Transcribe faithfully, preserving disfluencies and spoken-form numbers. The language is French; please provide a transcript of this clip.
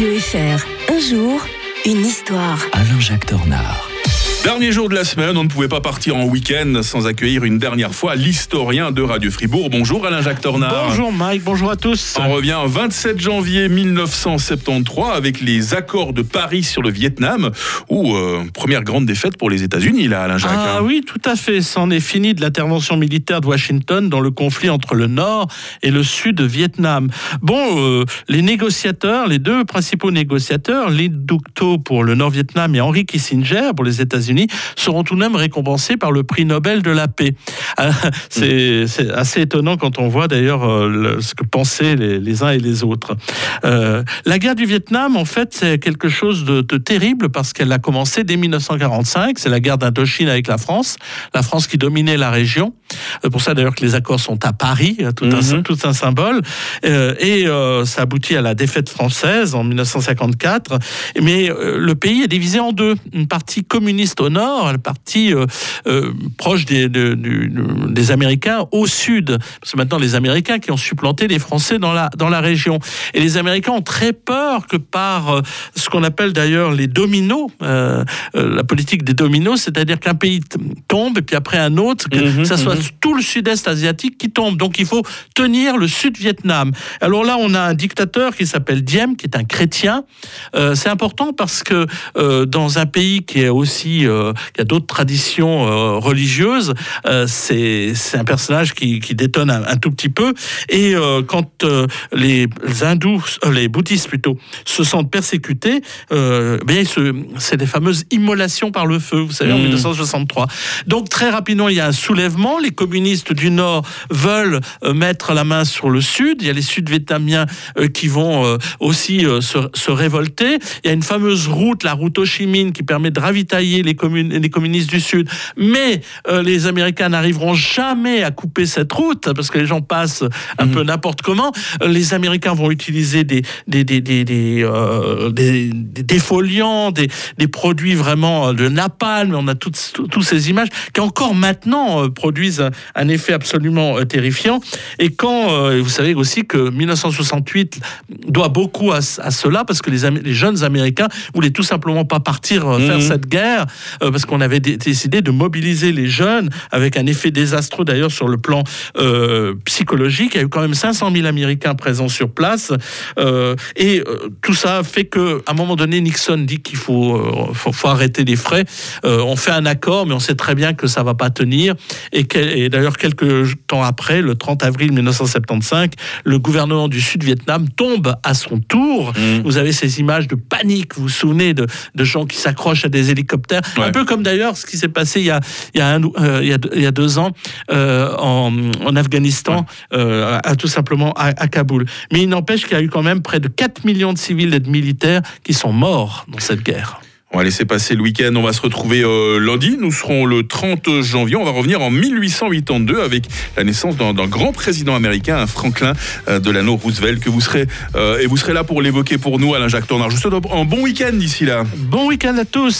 Radio F R, un jour, une histoire. Alain-Jacques Tornard. Dernier jour de la semaine, on ne pouvait pas partir en week-end sans accueillir une dernière fois l'historien de Radio Fribourg. Bonjour Alain-Jacques Tornard. Bonjour Mike, bonjour à tous. On revient au vingt-sept janvier mille neuf cent soixante-treize avec les accords de Paris sur le Vietnam, ou euh, première grande défaite pour les États-Unis là, Alain-Jacques. Ah hein. oui, tout à fait. C'en est fini de l'intervention militaire de Washington dans le conflit entre le Nord et le Sud Vietnam. Bon, euh, les négociateurs, les deux principaux négociateurs, Lee Duc-tho pour le Nord-Vietnam et Henry Kissinger pour les États-Unis, seront tout de même récompensés par le prix Nobel de la paix. Euh, c'est, c'est assez étonnant quand on voit d'ailleurs euh, le, ce que pensaient les, les uns et les autres. Euh, la guerre du Vietnam, en fait, c'est quelque chose de, de terrible parce qu'elle a commencé dès mille neuf cent quarante-cinq. C'est la guerre d'Indochine avec la France, la France qui dominait la région. C'est pour ça d'ailleurs que les accords sont à Paris, tout, mm-hmm. un, tout un symbole. Euh, et euh, ça aboutit à la défaite française en mille neuf cent cinquante-quatre. Mais euh, le pays est divisé en deux. Une partie communiste au nord, la partie euh, euh, proche des, de, du, des Américains au sud. C'est maintenant les Américains qui ont supplanté les Français dans la, dans la région. Et les Américains ont très peur que par euh, ce qu'on appelle d'ailleurs les dominos, euh, euh, la politique des dominos, c'est-à-dire qu'un pays t- tombe et puis après un autre, que mm-hmm, ça soit mm-hmm. tout le sud-est asiatique qui tombe. Donc il faut tenir le sud-Vietnam. Alors là, on a un dictateur qui s'appelle Diem, qui est un chrétien. Euh, c'est important parce que euh, dans un pays qui est aussi euh, qui a d'autres traditions euh, religieuses, euh, c'est, c'est un personnage qui, qui détonne un, un tout petit peu. Et euh, quand euh, les hindous, euh, les bouddhistes plutôt, se sentent persécutés, euh, bien, se, c'est des fameuses immolations par le feu, vous savez, mmh. en mille neuf cent soixante-trois. Donc très rapidement, il y a un soulèvement. Les communistes du Nord veulent euh, mettre la main sur le Sud. Il y a les Sud-Vietnamiens euh, qui vont euh, aussi euh, se, se révolter. Il y a une fameuse route, la route Ho Chi Minh, qui permet de ravitailler les communes les communistes du Sud, mais euh, les Américains n'arriveront jamais à couper cette route parce que les gens passent un mmh. peu n'importe comment. Les Américains vont utiliser des des des des des, euh, des, des défoliants, des des produits vraiment de napalm. On a toutes toutes ces images qui encore maintenant euh, produisent un, un effet absolument euh, terrifiant. Et quand euh, vous savez aussi que mille neuf cent soixante-huit doit beaucoup à, à cela parce que les, les jeunes Américains voulaient tout simplement pas partir euh, faire mmh. cette guerre euh, parce qu'on avait d- décidé de mobiliser les jeunes avec un effet désastreux d'ailleurs sur le plan euh, psychologique. Il y a eu quand même cinq cent mille Américains présents sur place euh, et euh, tout ça fait qu'à un moment donné Nixon dit qu'il faut, euh, faut, faut arrêter les frais. Euh, on fait un accord mais on sait très bien que ça va pas tenir et, que, et d'ailleurs quelques temps après, le trente avril mille neuf cent soixante-quinze, le gouvernement du Sud-Vietnam tombe à son tour. Mmh. Vous avez ces images de panique, vous vous souvenez de, de gens qui s'accrochent à des hélicoptères, ouais. un peu comme d'ailleurs ce qui s'est passé il y a, il y a, un, euh, il y a, il y a deux ans euh, en, en Afghanistan, ouais. euh, à, tout simplement à, à Kaboul. Mais il n'empêche qu'il y a eu quand même près de quatre millions de civils et de militaires qui sont morts dans cette guerre. On va laisser passer le week-end, on va se retrouver euh, lundi, nous serons le trente janvier, on va revenir en mille huit cent quatre-vingt-deux avec la naissance d'un, d'un grand président américain, un Franklin euh, Delano Roosevelt, que vous serez, euh, et vous serez là pour l'évoquer pour nous, Alain-Jacques Tornard. Je vous souhaite un bon week-end d'ici là. Bon week-end à tous.